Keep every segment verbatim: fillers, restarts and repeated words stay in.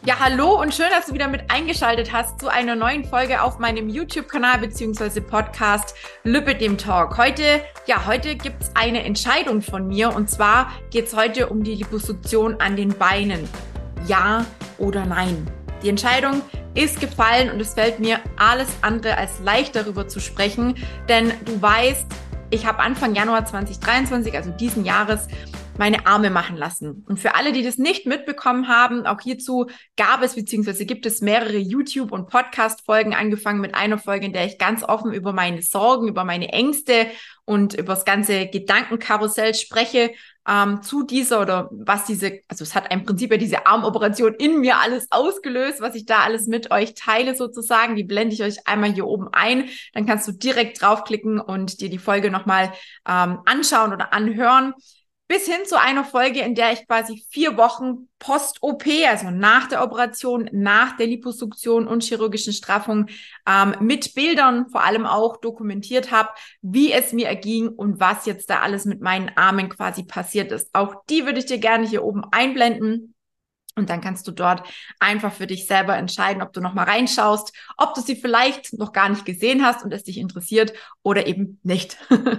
Ja, hallo und schön, dass du wieder mit eingeschaltet hast zu einer neuen Folge auf meinem YouTube-Kanal bzw. Podcast Lipidem Talk. Heute, ja, heute gibt's eine Entscheidung von mir und zwar geht's heute um die Liposuktion an den Beinen. Ja oder nein? Die Entscheidung ist gefallen und es fällt mir alles andere als leicht darüber zu sprechen, denn du weißt, ich habe Anfang Januar zwanzig dreiundzwanzig, also diesen Jahres, meine Arme machen lassen. Und für alle, die das nicht mitbekommen haben, auch hierzu gab es bzw. gibt es mehrere YouTube- und Podcast-Folgen, angefangen mit einer Folge, in der ich ganz offen über meine Sorgen, über meine Ängste und über das ganze Gedankenkarussell spreche, ähm, zu dieser oder was diese, also es hat im Prinzip ja diese Armoperation in mir alles ausgelöst, was ich da alles mit euch teile sozusagen. Die blende ich euch einmal hier oben ein. Dann kannst du direkt draufklicken und dir die Folge nochmal ähm, anschauen oder anhören. Bis hin zu einer Folge, in der ich quasi vier Wochen Post-O P, also nach der Operation, nach der Liposuktion und chirurgischen Straffung, ähm, mit Bildern vor allem auch dokumentiert habe, wie es mir erging und was jetzt da alles mit meinen Armen quasi passiert ist. Auch die würde ich dir gerne hier oben einblenden. Und dann kannst du dort einfach für dich selber entscheiden, ob du nochmal reinschaust, ob du sie vielleicht noch gar nicht gesehen hast und es dich interessiert oder eben nicht.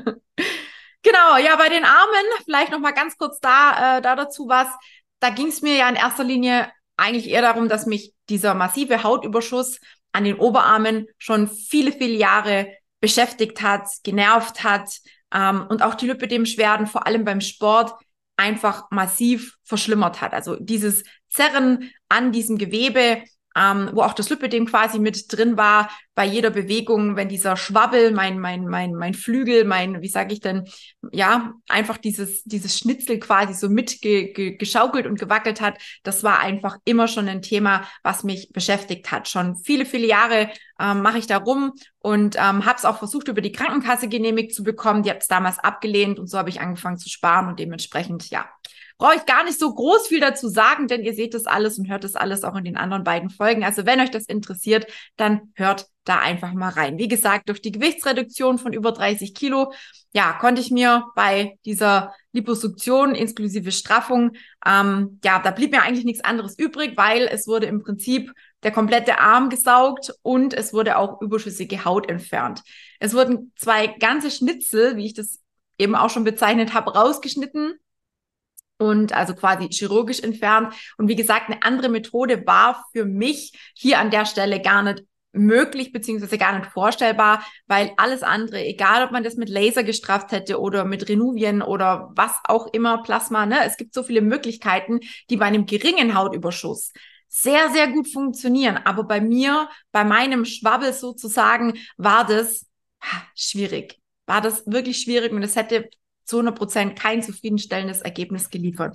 Genau, ja, bei den Armen, vielleicht noch mal ganz kurz da, äh, da dazu was. Da ging es mir ja in erster Linie eigentlich eher darum, dass mich dieser massive Hautüberschuss an den Oberarmen schon viele, viele Jahre beschäftigt hat, genervt hat, ähm, und auch die Lipödem-Beschwerden, vor allem beim Sport, einfach massiv verschlimmert hat. Also dieses Zerren an diesem Gewebe, ähm, wo auch das Lipödem quasi mit drin war, bei jeder Bewegung, wenn dieser Schwabbel, mein, mein, mein, mein Flügel, mein, wie sage ich denn, ja, einfach dieses, dieses Schnitzel quasi so mitgeschaukelt und gewackelt hat, das war einfach immer schon ein Thema, was mich beschäftigt hat. Schon viele, viele Jahre ähm, mache ich da rum und ähm, habe es auch versucht, über die Krankenkasse genehmigt zu bekommen. Die hat es damals abgelehnt und so habe ich angefangen zu sparen und dementsprechend, ja, brauche ich gar nicht so groß viel dazu sagen, denn ihr seht das alles und hört das alles auch in den anderen beiden Folgen. Also wenn euch das interessiert, dann hört da einfach mal rein. Wie gesagt, durch die Gewichtsreduktion von über dreißig Kilo, ja, konnte ich mir bei dieser Liposuktion inklusive Straffung, ähm, ja, da blieb mir eigentlich nichts anderes übrig, weil es wurde im Prinzip der komplette Arm gesaugt und es wurde auch überschüssige Haut entfernt. Es wurden zwei ganze Schnitzel, wie ich das eben auch schon bezeichnet habe, rausgeschnitten und also quasi chirurgisch entfernt. Und wie gesagt, eine andere Methode war für mich hier an der Stelle gar nicht möglich, beziehungsweise gar nicht vorstellbar, weil alles andere, egal ob man das mit Laser gestrafft hätte oder mit Renuvien oder was auch immer, Plasma, ne, es gibt so viele Möglichkeiten, die bei einem geringen Hautüberschuss sehr, sehr gut funktionieren. Aber bei mir, bei meinem Schwabbel sozusagen, war das ha, schwierig. War das wirklich schwierig und es hätte zu hundert Prozent kein zufriedenstellendes Ergebnis geliefert.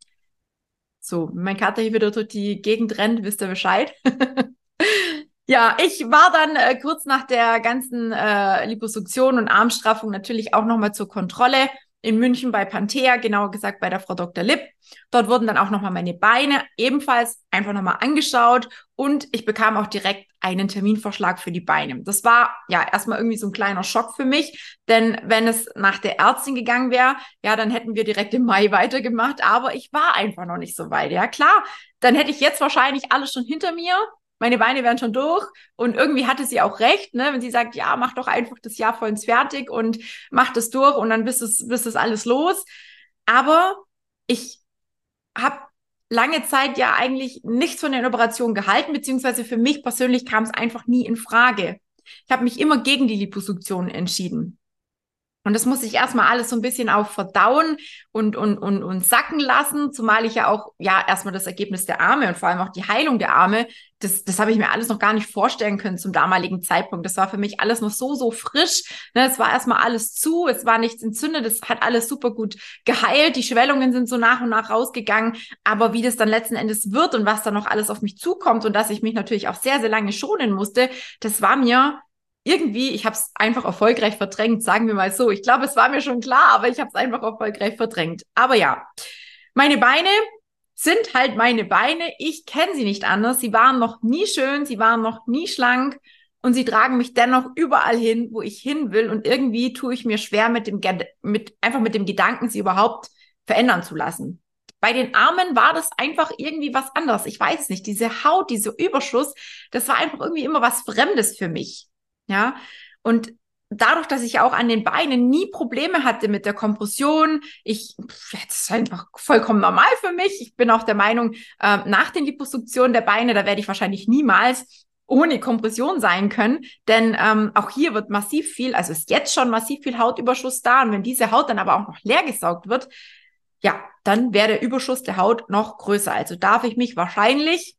So, mein Kater hier wieder durch die Gegend rennt, wisst ihr Bescheid. Ja, ich war dann äh, kurz nach der ganzen äh, Liposuktion und Armstraffung natürlich auch nochmal zur Kontrolle in München bei Panthea, genauer gesagt bei der Frau Doktor Lipp. Dort wurden dann auch nochmal meine Beine ebenfalls einfach nochmal angeschaut und ich bekam auch direkt einen Terminvorschlag für die Beine. Das war ja erstmal irgendwie so ein kleiner Schock für mich, denn wenn es nach der Ärztin gegangen wäre, ja, dann hätten wir direkt im Mai weitergemacht, aber ich war einfach noch nicht so weit. Ja, klar, dann hätte ich jetzt wahrscheinlich alles schon hinter mir. Meine Beine wären schon durch und irgendwie hatte sie auch recht, ne, wenn sie sagt, ja, mach doch einfach das Jahr vollends fertig und mach das durch und dann bist es, bist es alles los. Aber ich habe lange Zeit ja eigentlich nichts von den Operationen gehalten, beziehungsweise für mich persönlich kam es einfach nie in Frage. Ich habe mich immer gegen die Liposuktion entschieden. Und das muss ich erstmal alles so ein bisschen auch verdauen und, und, und, und sacken lassen, zumal ich ja auch, ja, erstmal das Ergebnis der Arme und vor allem auch die Heilung der Arme, das, das habe ich mir alles noch gar nicht vorstellen können zum damaligen Zeitpunkt. Das war für mich alles noch so, so frisch. Ne, es war erstmal alles zu, es war nichts entzündet, es hat alles super gut geheilt. Die Schwellungen sind so nach und nach rausgegangen. Aber wie das dann letzten Endes wird und was da noch alles auf mich zukommt und dass ich mich natürlich auch sehr, sehr lange schonen musste, das war mir irgendwie, ich habe es einfach erfolgreich verdrängt, sagen wir mal so. Ich glaube, es war mir schon klar, aber ich habe es einfach erfolgreich verdrängt. Aber ja, meine Beine sind halt meine Beine. Ich kenne sie nicht anders. Sie waren noch nie schön, sie waren noch nie schlank und sie tragen mich dennoch überall hin, wo ich hin will. Und irgendwie tue ich mir schwer mit dem, mit, einfach mit dem Gedanken, sie überhaupt verändern zu lassen. bei den Armen war das einfach irgendwie was anderes. Ich weiß es nicht. Diese Haut, dieser Überschuss, das war einfach irgendwie immer was Fremdes für mich. Ja, und dadurch, dass ich auch an den Beinen nie Probleme hatte mit der Kompression, ich, das ist einfach vollkommen normal für mich. Ich bin auch der Meinung, äh, nach den Liposuktionen der Beine, da werde ich wahrscheinlich niemals ohne Kompression sein können, denn ähm, auch hier wird massiv viel, also ist jetzt schon massiv viel Hautüberschuss da, und wenn diese Haut dann aber auch noch leer gesaugt wird, ja, dann wäre der Überschuss der Haut noch größer. Also darf ich mich wahrscheinlich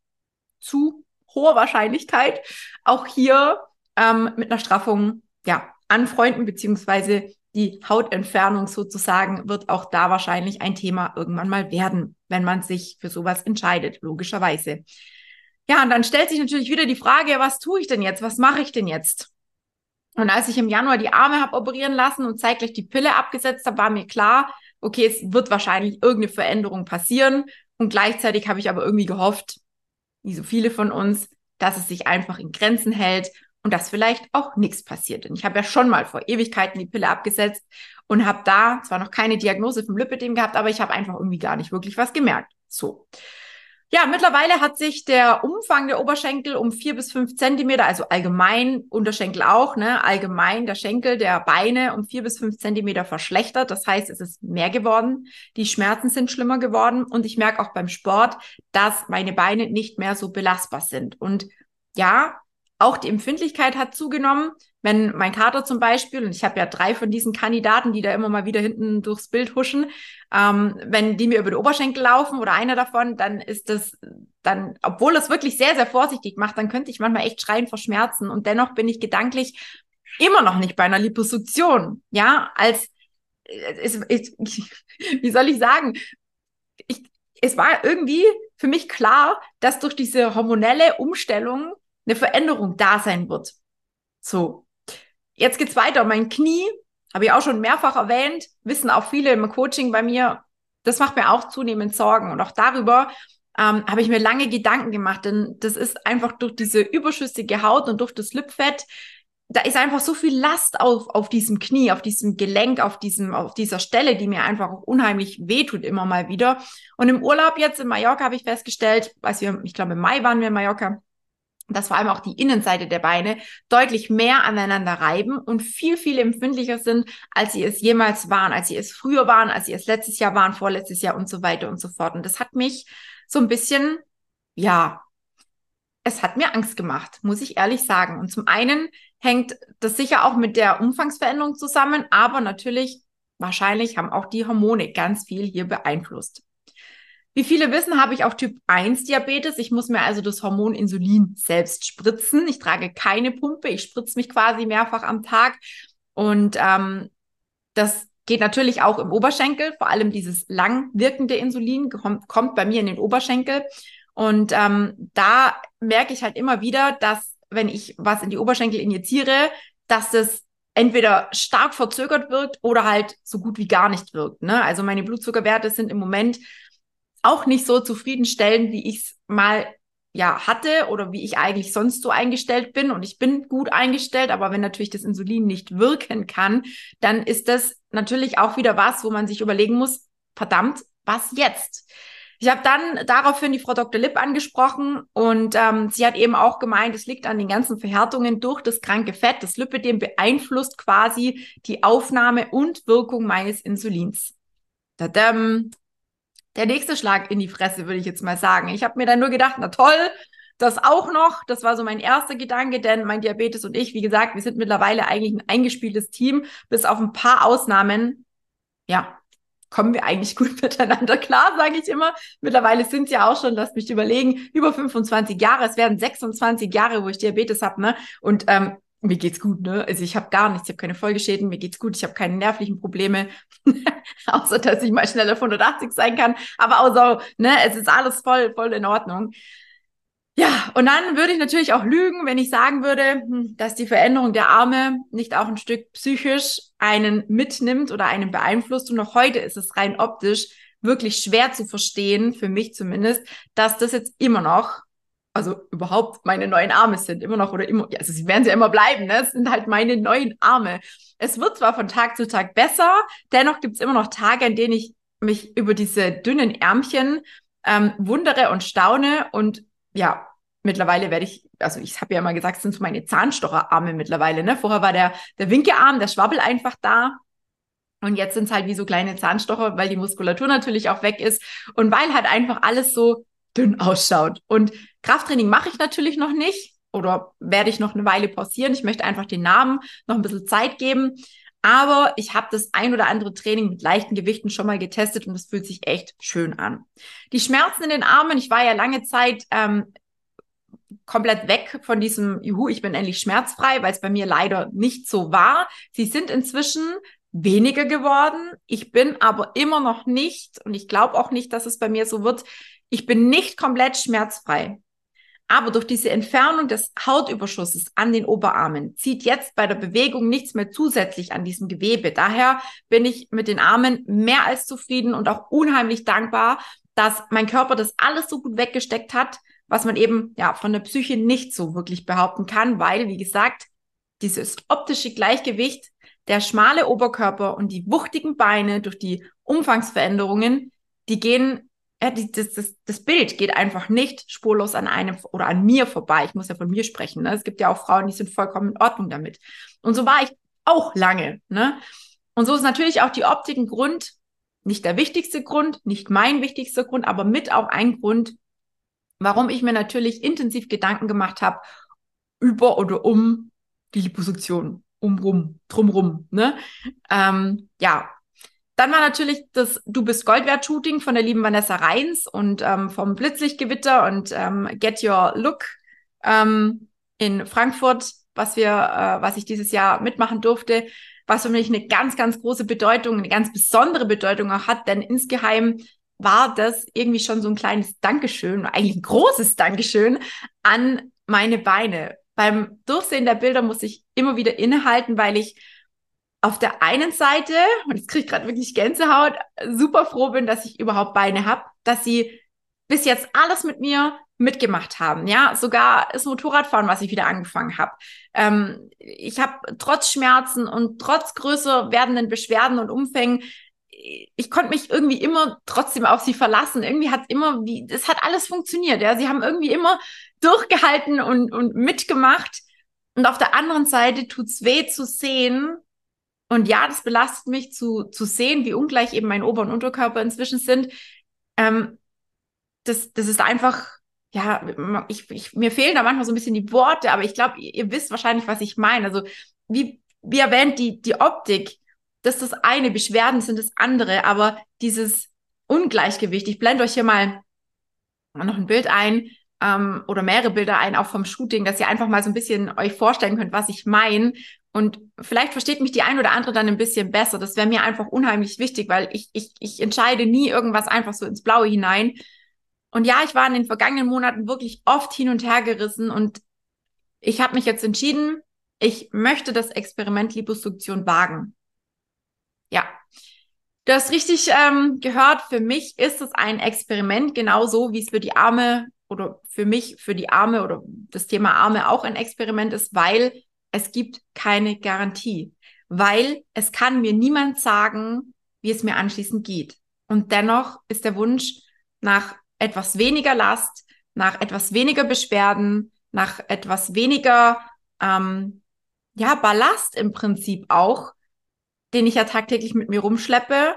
zu hoher Wahrscheinlichkeit auch hier ähm, mit einer Straffung, ja, anfreunden, beziehungsweise die Hautentfernung sozusagen wird auch da wahrscheinlich ein Thema irgendwann mal werden, wenn man sich für sowas entscheidet, logischerweise. Ja, und dann stellt sich natürlich wieder die Frage, was tue ich denn jetzt? Was mache ich denn jetzt? Und als ich im Januar die Arme habe operieren lassen und zeitgleich die Pille abgesetzt habe, war mir klar, okay, es wird wahrscheinlich irgendeine Veränderung passieren. Und gleichzeitig habe ich aber irgendwie gehofft, wie so viele von uns, dass es sich einfach in Grenzen hält und dass vielleicht auch nichts passiert. Denn ich habe ja schon mal vor Ewigkeiten die Pille abgesetzt und habe da zwar noch keine Diagnose vom Lipödem gehabt, aber ich habe einfach irgendwie gar nicht wirklich was gemerkt. So. Ja, mittlerweile hat sich der Umfang der Oberschenkel um vier bis fünf Zentimeter, also allgemein, Unterschenkel auch, ne, allgemein der Schenkel der Beine um vier bis fünf Zentimeter verschlechtert. Das heißt, es ist mehr geworden. Die Schmerzen sind schlimmer geworden und ich merke auch beim Sport, dass meine Beine nicht mehr so belastbar sind. Und ja, auch die Empfindlichkeit hat zugenommen. Wenn mein Kater zum Beispiel, und ich habe ja drei von diesen Kandidaten, die da immer mal wieder hinten durchs Bild huschen, ähm, wenn die mir über die Oberschenkel laufen oder einer davon, dann ist das, dann, obwohl das wirklich sehr, sehr vorsichtig macht, dann könnte ich manchmal echt schreien vor Schmerzen. Und dennoch bin ich gedanklich immer noch nicht bei einer Liposuktion. Ja, als, es, es, wie soll ich sagen, ich, es war irgendwie für mich klar, dass durch diese hormonelle Umstellung eine Veränderung da sein wird. So. Jetzt geht's weiter. Mein Knie, habe ich auch schon mehrfach erwähnt, wissen auch viele im Coaching bei mir, das macht mir auch zunehmend Sorgen. Und auch darüber ähm, habe ich mir lange Gedanken gemacht, denn das ist einfach durch diese überschüssige Haut und durch das Lipfett, da ist einfach so viel Last auf, auf diesem Knie, auf diesem Gelenk, auf diesem, auf dieser Stelle, die mir einfach auch unheimlich wehtut immer mal wieder. Und im Urlaub jetzt in Mallorca habe ich festgestellt, als wir, ich glaube im Mai waren wir in Mallorca, dass vor allem auch die Innenseite der Beine deutlich mehr aneinander reiben und viel, viel empfindlicher sind, als sie es jemals waren, als sie es früher waren, als sie es letztes Jahr waren, vorletztes Jahr und so weiter und so fort. Und das hat mich so ein bisschen, ja, es hat mir Angst gemacht, muss ich ehrlich sagen. Und zum einen hängt das sicher auch mit der Umfangsveränderung zusammen, aber natürlich, wahrscheinlich haben auch die Hormone ganz viel hier beeinflusst. Wie viele wissen, habe ich auch Typ eins Diabetes. Ich muss mir also das Hormon Insulin selbst spritzen. Ich trage keine Pumpe. Ich spritze mich quasi mehrfach am Tag. Und ähm, das geht natürlich auch im Oberschenkel. Vor allem dieses lang wirkende Insulin kommt, kommt bei mir in den Oberschenkel. Und ähm, da merke ich halt immer wieder, dass wenn ich was in die Oberschenkel injiziere, dass das entweder stark verzögert wirkt oder halt so gut wie gar nicht wirkt. Ne? Also meine Blutzuckerwerte sind im Moment auch nicht so zufriedenstellend, wie ich es mal ja hatte oder wie ich eigentlich sonst so eingestellt bin. Und ich bin gut eingestellt, aber wenn natürlich das Insulin nicht wirken kann, dann ist das natürlich auch wieder was, wo man sich überlegen muss, verdammt, was jetzt? Ich habe dann daraufhin die Frau Doktor Lipp angesprochen und ähm, sie hat eben auch gemeint, es liegt an den ganzen Verhärtungen durch das kranke Fett. Das Lipödem beeinflusst quasi die Aufnahme und Wirkung meines Insulins. Tadam. Der nächste Schlag in die Fresse, würde ich jetzt mal sagen. Ich habe mir dann nur gedacht, na toll, das auch noch. Das war so mein erster Gedanke, denn mein Diabetes und ich, wie gesagt, wir sind mittlerweile eigentlich ein eingespieltes Team. Bis auf ein paar Ausnahmen, ja, kommen wir eigentlich gut miteinander klar, sage ich immer. Mittlerweile sind es ja auch schon, lasst mich überlegen, über fünfundzwanzig Jahre. Es werden sechsundzwanzig Jahre, wo ich Diabetes habe, ne? Und ähm, mir geht's gut, ne? Also ich habe gar nichts, ich habe keine Folgeschäden, mir geht's gut, ich habe keine nervlichen Probleme, außer dass ich mal schneller auf hundertachtzig sein kann. Aber auch so, ne, es ist alles voll, voll in Ordnung. Ja, und dann würde ich natürlich auch lügen, wenn ich sagen würde, dass die Veränderung der Arme nicht auch ein Stück psychisch einen mitnimmt oder einen beeinflusst. Und noch heute ist es rein optisch wirklich schwer zu verstehen, für mich zumindest, dass das jetzt immer noch, also überhaupt meine neuen Arme sind, immer noch oder immer, also sie werden ja immer bleiben, ne? Es sind halt meine neuen Arme. Es wird zwar von Tag zu Tag besser, dennoch gibt es immer noch Tage, an denen ich mich über diese dünnen Ärmchen ähm, wundere und staune. Und ja, mittlerweile werde ich, also ich habe ja immer gesagt, es sind so meine Zahnstocherarme mittlerweile. Ne? Vorher war der, der Winkearm, der Schwabbel einfach da. Und jetzt sind es halt wie so kleine Zahnstocher, weil die Muskulatur natürlich auch weg ist und weil halt einfach alles so dünn ausschaut. Und Krafttraining mache ich natürlich noch nicht oder werde ich noch eine Weile pausieren. Ich möchte einfach den Namen noch ein bisschen Zeit geben. Aber ich habe das ein oder andere Training mit leichten Gewichten schon mal getestet und es fühlt sich echt schön an. Die Schmerzen in den Armen, ich war ja lange Zeit ähm, komplett weg von diesem, juhu, ich bin endlich schmerzfrei, weil es bei mir leider nicht so war. Sie sind inzwischen weniger geworden. Ich bin aber immer noch nicht, und ich glaube auch nicht, dass es bei mir so wird, ich bin nicht komplett schmerzfrei. Aber durch diese Entfernung des Hautüberschusses an den Oberarmen zieht jetzt bei der Bewegung nichts mehr zusätzlich an diesem Gewebe. Daher bin ich mit den Armen mehr als zufrieden und auch unheimlich dankbar, dass mein Körper das alles so gut weggesteckt hat, was man eben ja von der Psyche nicht so wirklich behaupten kann, weil, wie gesagt, dieses optische Gleichgewicht, der schmale Oberkörper und die wuchtigen Beine durch die Umfangsveränderungen, die gehen, ja, die, das, das, das Bild geht einfach nicht spurlos an einem oder an mir vorbei. Ich muss ja von mir sprechen. Ne? Es gibt ja auch Frauen, die sind vollkommen in Ordnung damit. Und so war ich auch lange. Ne? Und so ist natürlich auch die Optik ein Grund, nicht der wichtigste Grund, nicht mein wichtigster Grund, aber mit auch ein Grund, warum ich mir natürlich intensiv Gedanken gemacht habe über oder um die Liposuktion, umrum, drumrum. Ne? Ähm, ja, dann war natürlich das Du bist Gold wert Shooting von der lieben Vanessa Reins und ähm, vom Blitzlichtgewitter und ähm, Get Your Look ähm, in Frankfurt, was wir, äh, was ich dieses Jahr mitmachen durfte, was für mich eine ganz, ganz große Bedeutung, eine ganz besondere Bedeutung auch hat, denn insgeheim war das irgendwie schon so ein kleines Dankeschön, eigentlich ein großes Dankeschön an meine Beine. Beim Durchsehen der Bilder muss ich immer wieder innehalten, weil ich auf der einen Seite, und jetzt kriege ich gerade wirklich Gänsehaut, super froh bin, dass ich überhaupt Beine habe, dass sie bis jetzt alles mit mir mitgemacht haben. Ja, sogar das Motorradfahren, was ich wieder angefangen habe. Ähm, ich habe trotz Schmerzen und trotz größer werdenden Beschwerden und Umfängen, ich konnte mich irgendwie immer trotzdem auf sie verlassen. Irgendwie hat immer, wie, es hat alles funktioniert. Ja, sie haben irgendwie immer durchgehalten und, und mitgemacht. Und auf der anderen Seite tut's weh zu sehen. Und ja, das belastet mich zu, zu sehen, wie ungleich eben mein Ober- und Unterkörper inzwischen sind. Ähm, das, das ist einfach, ja, ich, ich, mir fehlen da manchmal so ein bisschen die Worte, aber ich glaube, ihr, ihr wisst wahrscheinlich, was ich meine. Also, wie, wie erwähnt, die, die Optik, das ist das eine, Beschwerden sind das andere, aber dieses Ungleichgewicht, ich blende euch hier mal noch ein Bild ein, ähm, oder mehrere Bilder ein, auch vom Shooting, dass ihr einfach mal so ein bisschen euch vorstellen könnt, was ich meine. Und vielleicht versteht mich die ein oder andere dann ein bisschen besser. Das wäre mir einfach unheimlich wichtig, weil ich, ich, ich entscheide nie irgendwas einfach so ins Blaue hinein. Und ja, ich war in den vergangenen Monaten wirklich oft hin und her gerissen und ich habe mich jetzt entschieden, ich möchte das Experiment Liposuktion wagen. Ja, du hast richtig ähm, gehört, für mich ist es ein Experiment, genauso wie es für die Arme oder für mich für die Arme oder das Thema Arme auch ein Experiment ist, weil es gibt keine Garantie, weil es kann mir niemand sagen, wie es mir anschließend geht. Und dennoch ist der Wunsch nach etwas weniger Last, nach etwas weniger Beschwerden, nach etwas weniger ähm, ja, Ballast im Prinzip auch, den ich ja tagtäglich mit mir rumschleppe,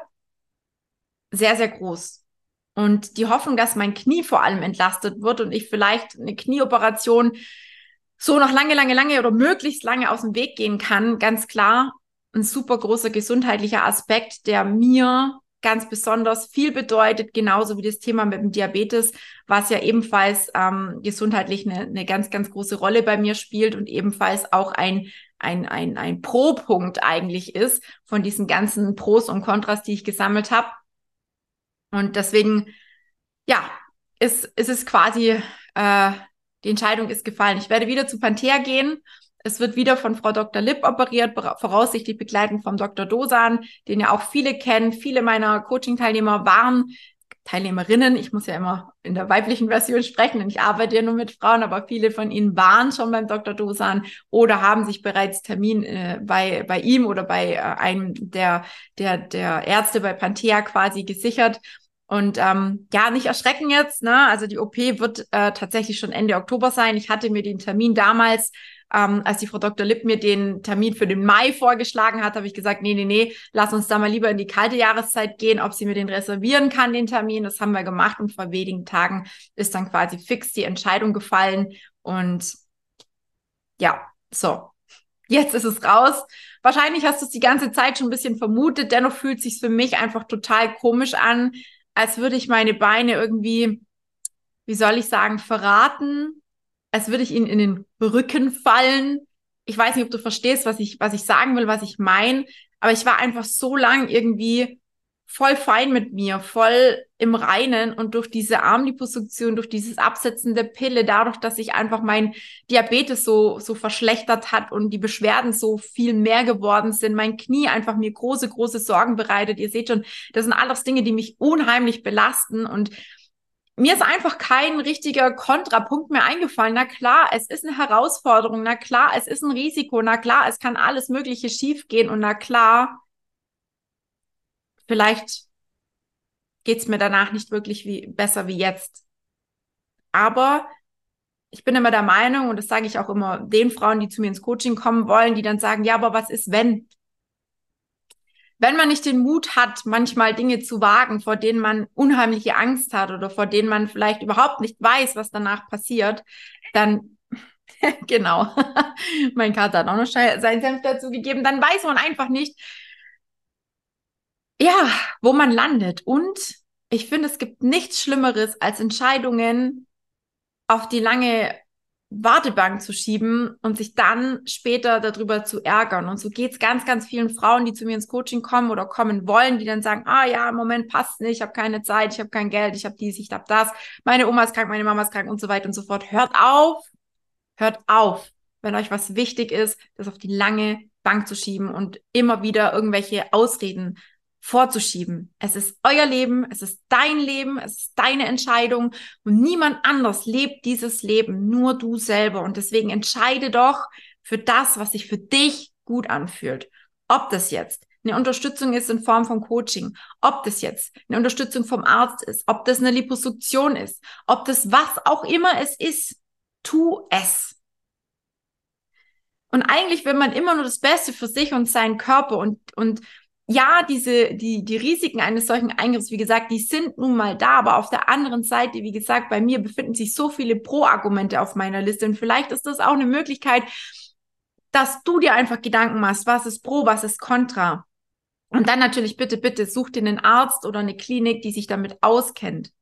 sehr, sehr groß. Und die Hoffnung, dass mein Knie vor allem entlastet wird und ich vielleicht eine Knieoperation so noch lange, lange, lange oder möglichst lange aus dem Weg gehen kann, ganz klar ein super großer gesundheitlicher Aspekt, der mir ganz besonders viel bedeutet, genauso wie das Thema mit dem Diabetes, was ja ebenfalls ähm, gesundheitlich eine, eine ganz, ganz große Rolle bei mir spielt und ebenfalls auch ein, ein, ein, ein Pro-Punkt eigentlich ist von diesen ganzen Pros und Kontras, die ich gesammelt habe. Und deswegen, ja, ist, ist es quasi, äh, die Entscheidung ist gefallen. Ich werde wieder zu Panthea gehen. Es wird wieder von Frau Doktor Lipp operiert, voraussichtlich begleitend vom Doktor Dosan, den ja auch viele kennen. Viele meiner Coaching-Teilnehmer waren Teilnehmerinnen. Ich muss ja immer in der weiblichen Version sprechen, denn ich arbeite ja nur mit Frauen, aber viele von ihnen waren schon beim Doktor Dosan oder haben sich bereits Termin äh, bei, bei ihm oder bei äh, einem der, der, der Ärzte bei Panthea quasi gesichert. Und ähm, ja, nicht erschrecken jetzt, ne? Also die O P wird äh, tatsächlich schon Ende Oktober sein. Ich hatte mir den Termin damals, ähm, als die Frau Doktor Lipp mir den Termin für den Mai vorgeschlagen hat, habe ich gesagt, nee, nee, nee, lass uns da mal lieber in die kalte Jahreszeit gehen, ob sie mir den reservieren kann, den Termin. Das haben wir gemacht und vor wenigen Tagen ist dann quasi fix die Entscheidung gefallen. Und ja, so, jetzt ist es raus. Wahrscheinlich hast du es die ganze Zeit schon ein bisschen vermutet, dennoch fühlt es sich für mich einfach total komisch an, als würde ich meine Beine irgendwie, wie soll ich sagen, verraten, als würde ich ihnen in den Rücken fallen. Ich weiß nicht, ob du verstehst, was ich, was ich sagen will, was ich meine, aber ich war einfach so lang irgendwie voll fein mit mir, voll im Reinen und durch diese Armliposuktion, durch dieses Absetzen der Pille, dadurch, dass sich einfach mein Diabetes so, so verschlechtert hat und die Beschwerden so viel mehr geworden sind, mein Knie einfach mir große, große Sorgen bereitet. Ihr seht schon, das sind alles Dinge, die mich unheimlich belasten und mir ist einfach kein richtiger Kontrapunkt mehr eingefallen. Na klar, es ist eine Herausforderung. Na klar, es ist ein Risiko. Na klar, es kann alles Mögliche schiefgehen. Und na klar, vielleicht geht's mir danach nicht wirklich wie, besser wie jetzt. Aber ich bin immer der Meinung, und das sage ich auch immer den Frauen, die zu mir ins Coaching kommen wollen, die dann sagen, ja, aber was ist, wenn? Wenn man nicht den Mut hat, manchmal Dinge zu wagen, vor denen man unheimliche Angst hat oder vor denen man vielleicht überhaupt nicht weiß, was danach passiert, dann, genau, mein Kater hat auch noch seinen Senf dazu gegeben, dann weiß man einfach nicht, ja, wo man landet. Und ich finde, es gibt nichts Schlimmeres, als Entscheidungen auf die lange Wartebank zu schieben und sich dann später darüber zu ärgern. Und so geht's ganz, ganz vielen Frauen, die zu mir ins Coaching kommen oder kommen wollen, die dann sagen, ah ja, im Moment passt nicht, ich habe keine Zeit, ich habe kein Geld, ich habe dies, ich habe das, meine Oma ist krank, meine Mama ist krank und so weiter und so fort. Hört auf, hört auf, wenn euch was wichtig ist, das auf die lange Bank zu schieben und immer wieder irgendwelche Ausreden vorzuschieben. Es ist euer Leben, es ist dein Leben, es ist deine Entscheidung und niemand anders lebt dieses Leben, nur du selber. Und deswegen entscheide doch für das, was sich für dich gut anfühlt. Ob das jetzt eine Unterstützung ist in Form von Coaching, ob das jetzt eine Unterstützung vom Arzt ist, ob das eine Liposuktion ist, ob das was auch immer es ist, tu es. Und eigentlich will man immer nur das Beste für sich und seinen Körper und, und ja, diese, die, die Risiken eines solchen Eingriffs, wie gesagt, die sind nun mal da, aber auf der anderen Seite, wie gesagt, bei mir befinden sich so viele Pro-Argumente auf meiner Liste und vielleicht ist das auch eine Möglichkeit, dass du dir einfach Gedanken machst, was ist Pro, was ist Contra. Und dann natürlich bitte, bitte such dir einen Arzt oder eine Klinik, die sich damit auskennt.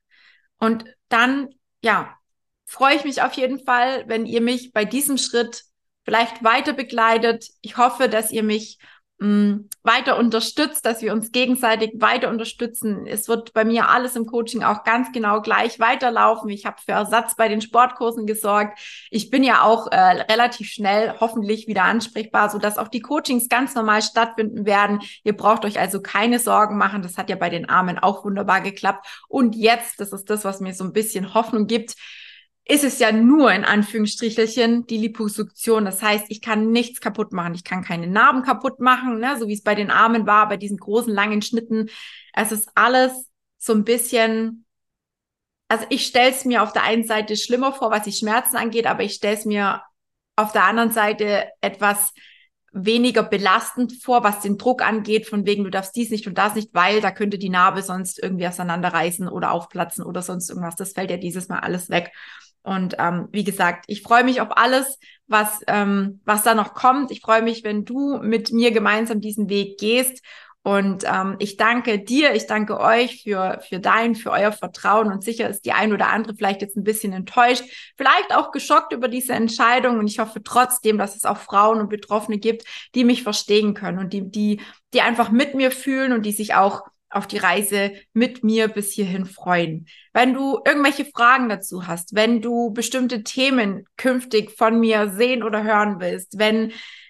Und dann, ja, freue ich mich auf jeden Fall, wenn ihr mich bei diesem Schritt vielleicht weiter begleitet. Ich hoffe, dass ihr mich weiter unterstützt, dass wir uns gegenseitig weiter unterstützen. Es wird bei mir alles im Coaching auch ganz genau gleich weiterlaufen. Ich habe für Ersatz bei den Sportkursen gesorgt. Ich bin ja auch äh, relativ schnell hoffentlich wieder ansprechbar, sodass auch die Coachings ganz normal stattfinden werden. Ihr braucht euch also keine Sorgen machen. Das hat ja bei den Armen auch wunderbar geklappt. Und jetzt, das ist das, was mir so ein bisschen Hoffnung gibt, ist es ja nur in Anführungsstrichelchen die Liposuktion. Das heißt, ich kann nichts kaputt machen. Ich kann keine Narben kaputt machen, ne? So wie es bei den Armen war, bei diesen großen, langen Schnitten. Es ist alles so ein bisschen, also ich stelle es mir auf der einen Seite schlimmer vor, was die Schmerzen angeht, aber ich stelle es mir auf der anderen Seite etwas weniger belastend vor, was den Druck angeht, von wegen, du darfst dies nicht und das nicht, weil da könnte die Narbe sonst irgendwie auseinanderreißen oder aufplatzen oder sonst irgendwas. Das fällt ja dieses Mal alles weg. Und ähm, wie gesagt, ich freue mich auf alles, was ähm, was da noch kommt. Ich freue mich, wenn du mit mir gemeinsam diesen Weg gehst. Und ähm, ich danke dir, ich danke euch für für dein, für euer Vertrauen. Und sicher ist die ein oder andere vielleicht jetzt ein bisschen enttäuscht, vielleicht auch geschockt über diese Entscheidung. Und ich hoffe trotzdem, dass es auch Frauen und Betroffene gibt, die mich verstehen können und die die die einfach mit mir fühlen und die sich auch auf die Reise mit mir bis hierhin freuen. Wenn du irgendwelche Fragen dazu hast, wenn du bestimmte Themen künftig von mir sehen oder hören willst, wenn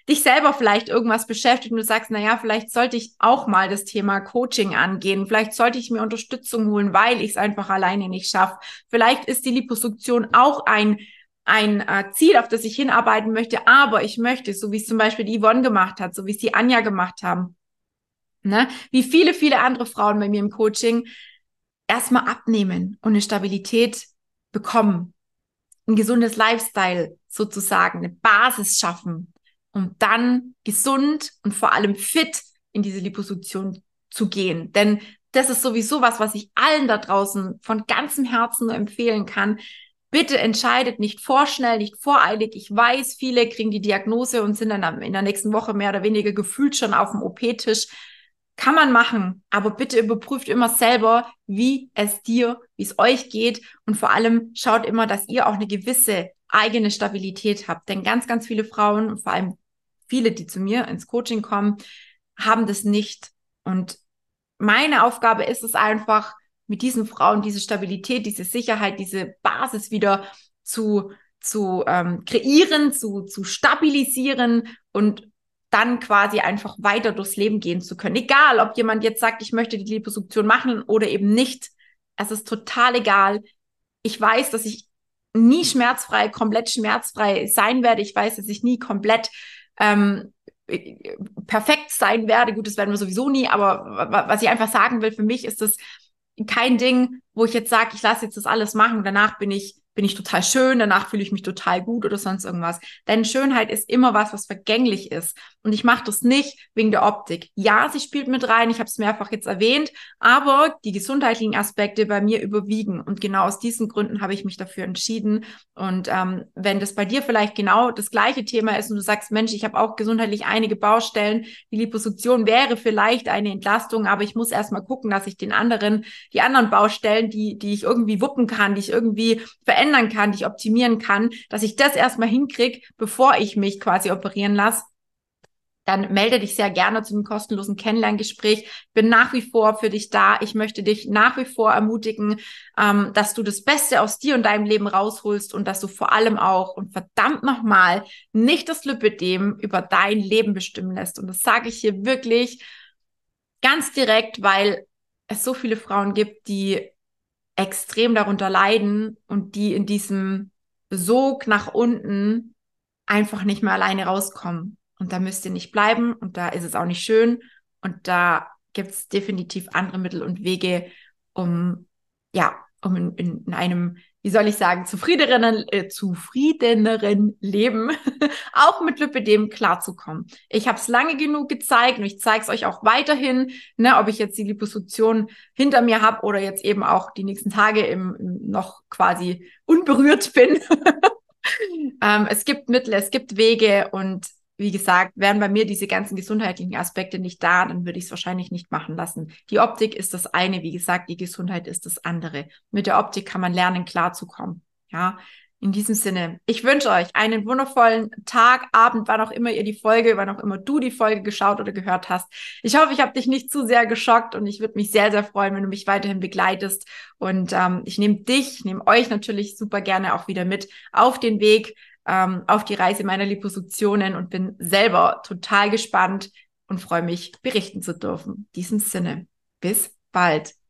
dich selber vielleicht irgendwas beschäftigt und du sagst, naja, vielleicht sollte ich auch mal das Thema Coaching angehen. Vielleicht sollte ich mir Unterstützung holen, weil ich es einfach alleine nicht schaffe. Vielleicht ist die Liposuktion auch ein ein äh, Ziel, auf das ich hinarbeiten möchte, aber ich möchte, so wie es zum Beispiel die Yvonne gemacht hat, so wie es die Anja gemacht haben, ne? Wie viele, viele andere Frauen bei mir im Coaching, erstmal abnehmen und eine Stabilität bekommen, ein gesundes Lifestyle sozusagen, eine Basis schaffen, um dann gesund und vor allem fit in diese Liposuktion zu gehen. Denn das ist sowieso was, was ich allen da draußen von ganzem Herzen nur empfehlen kann. Bitte entscheidet nicht vorschnell, nicht voreilig. Ich weiß, viele kriegen die Diagnose und sind dann in der nächsten Woche mehr oder weniger gefühlt schon auf dem O P-Tisch. Kann man machen, aber bitte überprüft immer selber, wie es dir, wie es euch geht und vor allem schaut immer, dass ihr auch eine gewisse eigene Stabilität habt. Denn ganz, ganz viele Frauen und vor allem viele, die zu mir ins Coaching kommen, haben das nicht. Und meine Aufgabe ist es einfach, mit diesen Frauen diese Stabilität, diese Sicherheit, diese Basis wieder zu, zu ähm, kreieren, zu, zu stabilisieren und dann quasi einfach weiter durchs Leben gehen zu können. Egal, ob jemand jetzt sagt, ich möchte die Liposuktion machen oder eben nicht. Es ist total egal. Ich weiß, dass ich nie schmerzfrei, komplett schmerzfrei sein werde. Ich weiß, dass ich nie komplett ähm, perfekt sein werde. Gut, das werden wir sowieso nie, aber was ich einfach sagen will, für mich ist das kein Ding, wo ich jetzt sage, ich lasse jetzt das alles machen und danach bin ich bin ich total schön, danach fühle ich mich total gut oder sonst irgendwas. Denn Schönheit ist immer was, was vergänglich ist. Und ich mache das nicht wegen der Optik. Ja, sie spielt mit rein, ich habe es mehrfach jetzt erwähnt, aber die gesundheitlichen Aspekte bei mir überwiegen. Und genau aus diesen Gründen habe ich mich dafür entschieden. Und ähm, wenn das bei dir vielleicht genau das gleiche Thema ist und du sagst, Mensch, ich habe auch gesundheitlich einige Baustellen, die Liposuktion wäre vielleicht eine Entlastung, aber ich muss erstmal gucken, dass ich den anderen, die anderen Baustellen, die, die ich irgendwie wuppen kann, die ich irgendwie verändern kann, die ich optimieren kann, dass ich das erstmal hinkriege, bevor ich mich quasi operieren lasse, dann melde dich sehr gerne zu einem kostenlosen Kennenlerngespräch. Ich bin nach wie vor für dich da. Ich möchte dich nach wie vor ermutigen, ähm, dass du das Beste aus dir und deinem Leben rausholst und dass du vor allem auch und verdammt nochmal nicht das Lipödem über dein Leben bestimmen lässt. Und das sage ich hier wirklich ganz direkt, weil es so viele Frauen gibt, die extrem darunter leiden und die in diesem Sog nach unten einfach nicht mehr alleine rauskommen. Und da müsst ihr nicht bleiben und da ist es auch nicht schön und da gibt es definitiv andere Mittel und Wege, um ja, um in, in, in einem, wie soll ich sagen, zufriedeneren, äh, zufriedeneren Leben auch mit Lipödem klarzukommen. Ich habe es lange genug gezeigt und ich zeige es euch auch weiterhin, ne, ob ich jetzt die Liposuktion hinter mir habe oder jetzt eben auch die nächsten Tage im, im noch quasi unberührt bin. ähm, es gibt Mittel, es gibt Wege und wie gesagt, wären bei mir diese ganzen gesundheitlichen Aspekte nicht da, dann würde ich es wahrscheinlich nicht machen lassen. Die Optik ist das eine, wie gesagt, die Gesundheit ist das andere. Mit der Optik kann man lernen, klarzukommen. Ja, in diesem Sinne, ich wünsche euch einen wundervollen Tag, Abend, wann auch immer ihr die Folge, wann auch immer du die Folge geschaut oder gehört hast. Ich hoffe, ich habe dich nicht zu sehr geschockt und ich würde mich sehr, sehr freuen, wenn du mich weiterhin begleitest. Und ähm, ich nehme dich, ich nehme euch natürlich super gerne auch wieder mit auf den Weg, ähm, auf die Reise meiner Liposuktionen und bin selber total gespannt und freue mich, berichten zu dürfen. In diesem Sinne, bis bald.